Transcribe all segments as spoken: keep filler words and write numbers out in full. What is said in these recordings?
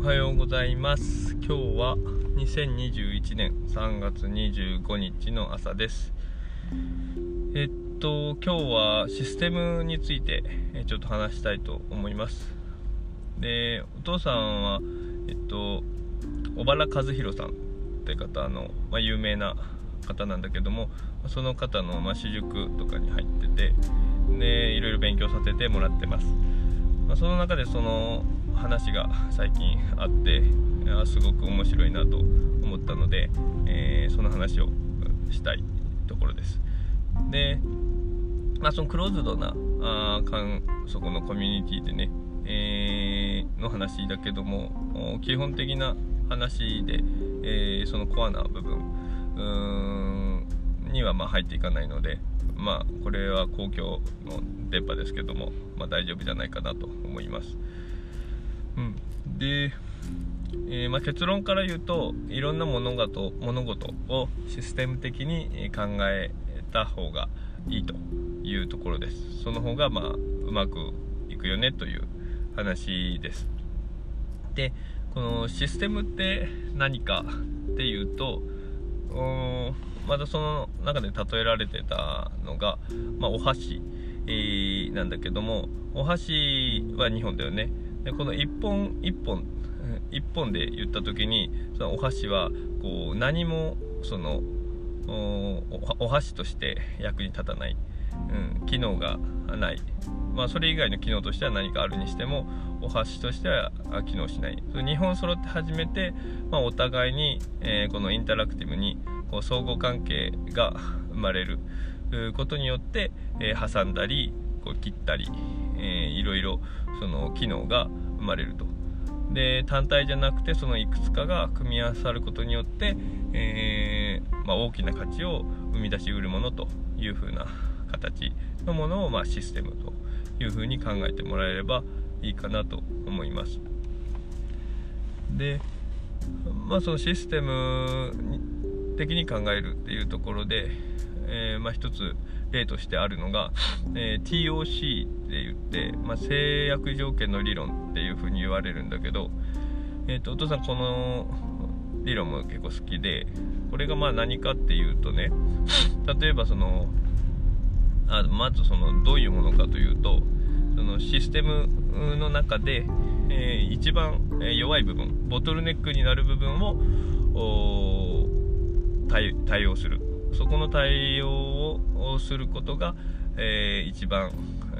おはようございます。今日はにせんにじゅういちねんさんがつにじゅうごにちの朝です。えっと今日はシステムについてちょっと話したいと思います。で、お父さんはえっと小原和弘さんって方の、まあ、有名な方なんだけども、その方の、まあ、私塾とかに入ってて、でいろいろ勉強させてもらってます。まあ、その中でその話が最近あって、すごく面白いなと思ったので、えー、その話をしたいところです。で、まあ、そのクローズドなあかんそこのコミュニティでね、えー、の話だけども、基本的な話で、えー、そのコアな部分うーんにはまあ入っていかないので、まあこれは公共の電波ですけども、まあ、大丈夫じゃないかなと思います。うん、で、えーまあ、結論から言うと、いろんな物事物事をシステム的に考えた方がいいというところです。その方がまあうまくいくよねという話です。で、このシステムって何かっていうと、うーんまたその中で例えられてたのが、まあ、お箸、えー、なんだけども、お箸はにほんだよね。でこのいっぽんいっぽんいっぽんで言った時に、そのお箸はこう何もその お, お箸として役に立たない、うん、機能がない、まあ、それ以外の機能としては何かあるにしても、お箸としては機能しない。にほん揃って初めて、まあ、お互いに、えー、このインタラクティブにこう相互関係が生まれることによって、えー、挟んだりこう切ったり、えー、いろいろその機能が生まれると。で、単体じゃなくてそのいくつかが組み合わさることによって、えーまあ、大きな価値を生み出しうるものというふうな形のものを、まあ、システムというふうに考えてもらえればいいかなと思います。で、まあ、そのシステム的に考えるっていうところで、えーまあ、一つ例としてあるのが、えー、ティーオーシー で言って、まあ、制約条件の理論っていうふうに言われるんだけど、えー、とお父さんこの理論も結構好きで、これがまあ何かっていうとね、例えばそのあまずそのどういうものかというと、そのシステムの中で、えー、一番弱い部分、ボトルネックになる部分を 対, 対応する。そこの対応をすることが、えー、一番、うん、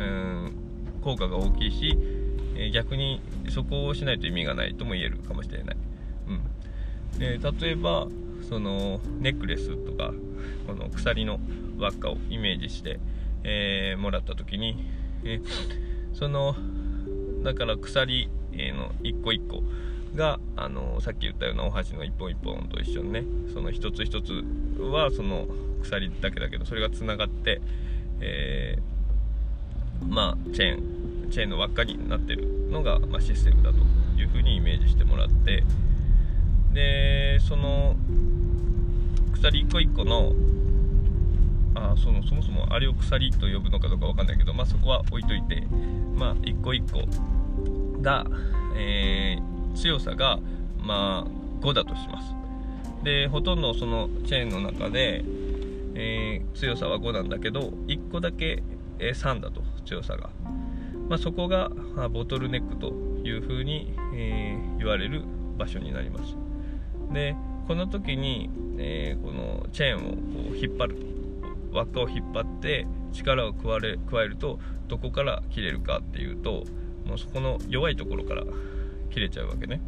効果が大きいし、えー、逆にそこをしないと意味がないとも言えるかもしれない。うんえー、例えばそのネックレスとかこの鎖の輪っかをイメージして、えー、もらった時に、えー、そのだから鎖の一個一個があのさっき言ったようなお箸の一本一本と一緒にね、その一つ一つはその鎖だけだけど、それがつながって、えー、まあチェーンチェーンの輪っかになってるのが、まあ、システムだというふうにイメージしてもらって、でその鎖一個一個のあそのそもそもあれを鎖と呼ぶのかどうかわかんないけど、まあ、そこは置いといて、まあ、一個一個が、えー強さがまあごだとします。で、ほとんどそのチェーンの中で、えー、強さはごなんだけど、いっこだけ、えー、さんだと、強さが、まあ、そこがボトルネックというふうに、えー、言われる場所になります。で、この時に、えー、このチェーンをこう引っ張る、輪っかを引っ張って力を加える、加えるとどこから切れるかっていうと、もうそこの弱いところから切れちゃうわけね。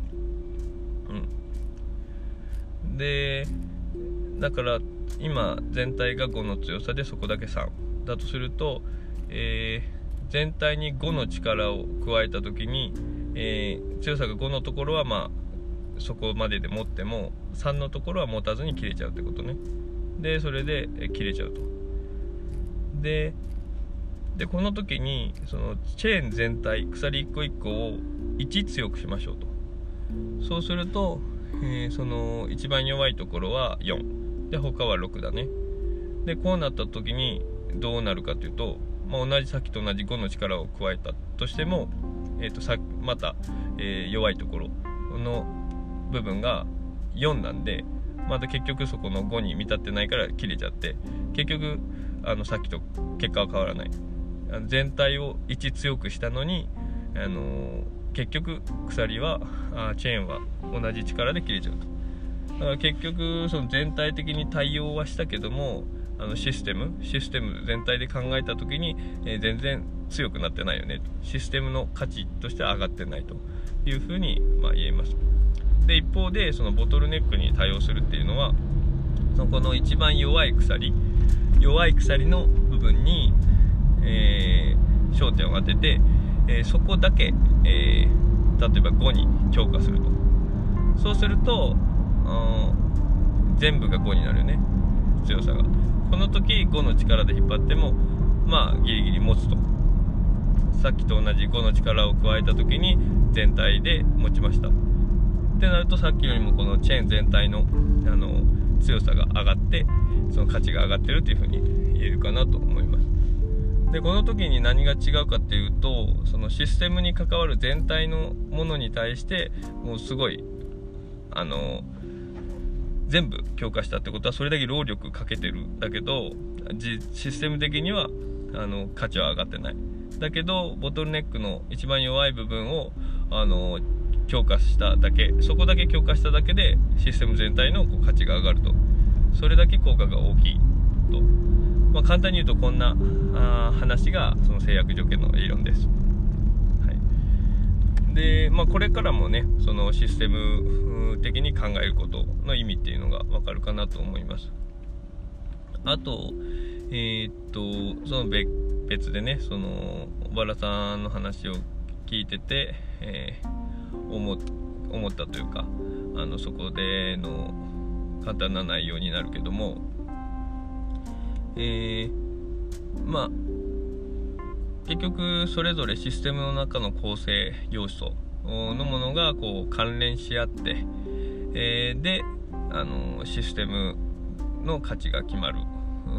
うん、でだから今全体がごの強さでそこだけさんだとすると、えー、全体にごの力を加えた時に、えー、強さがごのところはまあそこまでで持ってもさんのところは持たずに切れちゃうってことね。でそれで切れちゃうと。ででこの時にそのチェーン全体、鎖一個一個をいち強くしましょうと。そうすると、えー、その一番弱いところはよんで、他はろくだね。でこうなった時にどうなるかというと、まあ、同じさっきと同じごの力を加えたとしても、えー、とさまた、えー、弱いところの部分がよんなんで、また結局そこのごに見立ってないから切れちゃって、結局あのさっきと結果は変わらない。全体をいち強くしたのに、あのー、結局鎖はあチェーンは同じ力で切れちゃうと。だから結局その全体的に対応はしたけども、あのシステムシステム全体で考えた時に、えー、全然強くなってないよねと、システムの価値としては上がってないというふうに、まあ、言えます。で一方でそのボトルネックに対応するっていうのは、そのこの一番弱い鎖弱い鎖の部分に、えー、焦点を当てて、えー、そこだけ、えー、例えばごに強化すると。そうすると全部がごになるよね、強さが。この時ごの力で引っ張ってもまあギリギリ持つと。さっきと同じごの力を加えた時に全体で持ちましたってなると、さっきよりもこのチェーン全体の、あの強さが上がって、その価値が上がってるというふうに言えるかなと思います。でこの時に何が違うかっていうと、そのシステムに関わる全体のものに対してもうすごいあの全部強化したってことはそれだけ労力かけてる。だけどシステム的にはあの価値は上がってない。だけどボトルネックの一番弱い部分をあの強化しただけ、そこだけ強化しただけでシステム全体のこう価値が上がると。それだけ効果が大きいと。まあ、簡単に言うとこんなあ話がその制約条件の理論です。はい、で、まあ、これからもねそのシステム的に考えることの意味っていうのが分かるかなと思います。あとえー、っとその 別, 別でねその小原さんの話を聞いてて、えー、思, 思ったというか、あのそこでの簡単な内容になるけども、えー、まあ結局それぞれシステムの中の構成要素のものがこう関連し合って、えー、であのシステムの価値が決まる、うん、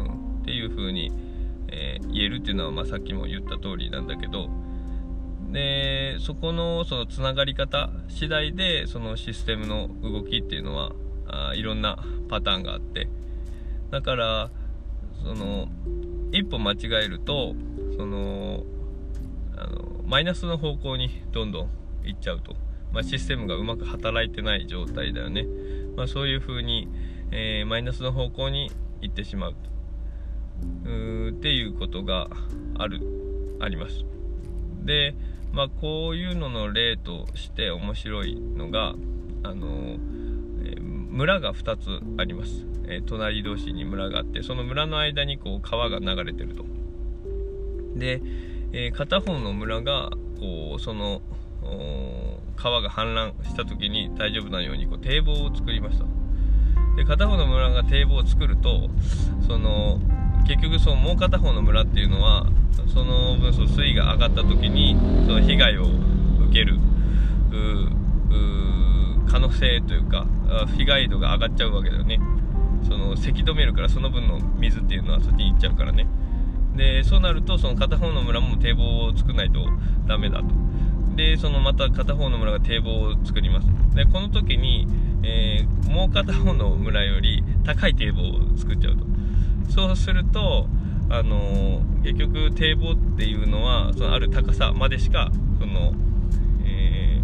っていう風に、えー、言えるっていうのは、まあ、さっきも言った通りなんだけど、でそこのそのつながり方次第でそのシステムの動きっていうのはあいろんなパターンがあって、だからその一歩間違えるとそのあのマイナスの方向にどんどん行っちゃうと、まあ、システムがうまく働いてない状態だよね。まあ、そういう風に、えー、マイナスの方向に行ってしまううーっていうことがあるあります。で、まあ、こういうのの例として面白いのがあの、えー、村がふたつあります。えー、隣同士に村があって、その村の間にこう川が流れてると。で、えー、片方の村がこうその川が氾濫した時に大丈夫なようにこう堤防を作りました。で片方の村が堤防を作ると、その結局そのもう片方の村っていうのはその分その水位が上がった時にその被害を受ける可能性というか被害度が上がっちゃうわけだよね。そのせき止めるから、その分の水っていうのはそっちに行っちゃうからね。でそうなるとその片方の村も堤防を作らないとダメだと。でそのまた片方の村が堤防を作ります。でこの時に、えー、もう片方の村より高い堤防を作っちゃうと。そうすると、あのー、結局堤防っていうのはそのある高さまでしかその、え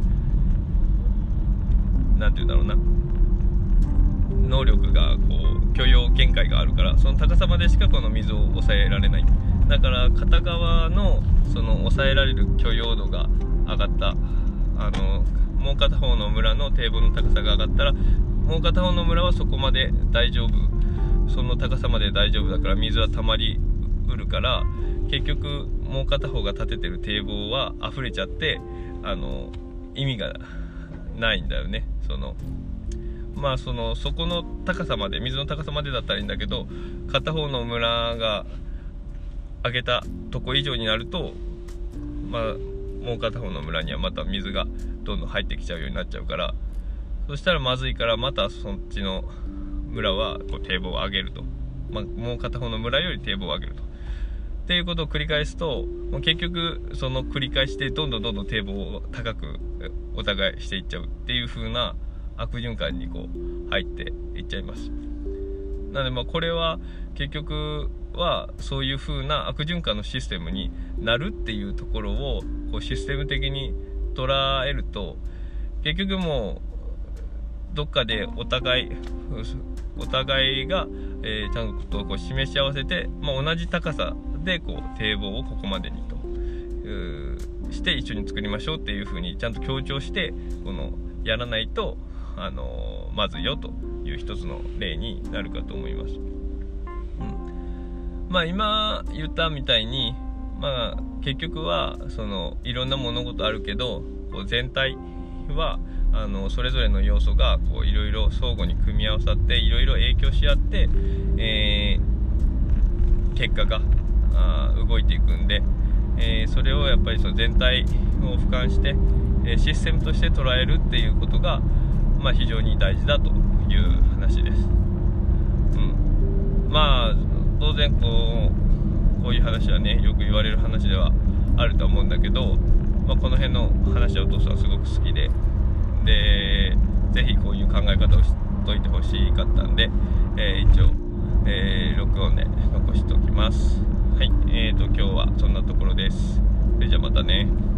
ー、なんていうんだろうな能力がこう許容限界があるから、その高さまでしかこの水を抑えられない。だから片側のその抑えられる許容度が上がった、あのもう片方の村の堤防の高さが上がったら、もう片方の村はそこまで大丈夫、その高さまで大丈夫だから水は溜まりうるから、結局もう片方が建ててる堤防は溢れちゃって、あの意味がないんだよね。そのまあそのそこの高さまで、水の高さまでだったらいいんだけど、片方の村が上げたとこ以上になると、まあもう片方の村にはまた水がどんどん入ってきちゃうようになっちゃうから、そしたらまずいから、またそっちの村はこう堤防を上げると、まあ、もう片方の村より堤防を上げると。 っていうことを繰り返すと、もう結局その繰り返してどんどんどんどん堤防を高くお互いしていっちゃうっていう風な悪循環にこう入っていっちゃいます。なのでまあこれは結局はそういう風な悪循環のシステムになるっていうところをこうシステム的に捉えると、結局もうどっかでお互いお互いが、えー、ちゃんとこう示し合わせて、まあ、同じ高さでこう堤防をここまでにとして一緒に作りましょうっていう風にちゃんと強調してこのやらないと、あのー、まずいよという一つの例になるかと思います。うん、まあ今言ったみたいに、まあ結局はそのいろんな物事あるけど、こう全体はあのそれぞれの要素がこういろいろ相互に組み合わさっていろいろ影響し合って、えー、結果があ動いていくんで、えー、それをやっぱりその全体を俯瞰して、えー、システムとして捉えるっていうことが、まあ、非常に大事だという話です。うん、まあ当然こう、こういう話はねよく言われる話ではあると思うんだけど、まあ、この辺の話はお父さんすごく好きで、でぜひこういう考え方をしといてほしかったんで、えー、一応、えー、録音で残しておきます。はい、えーと今日はそんなところです。それじゃあまたね。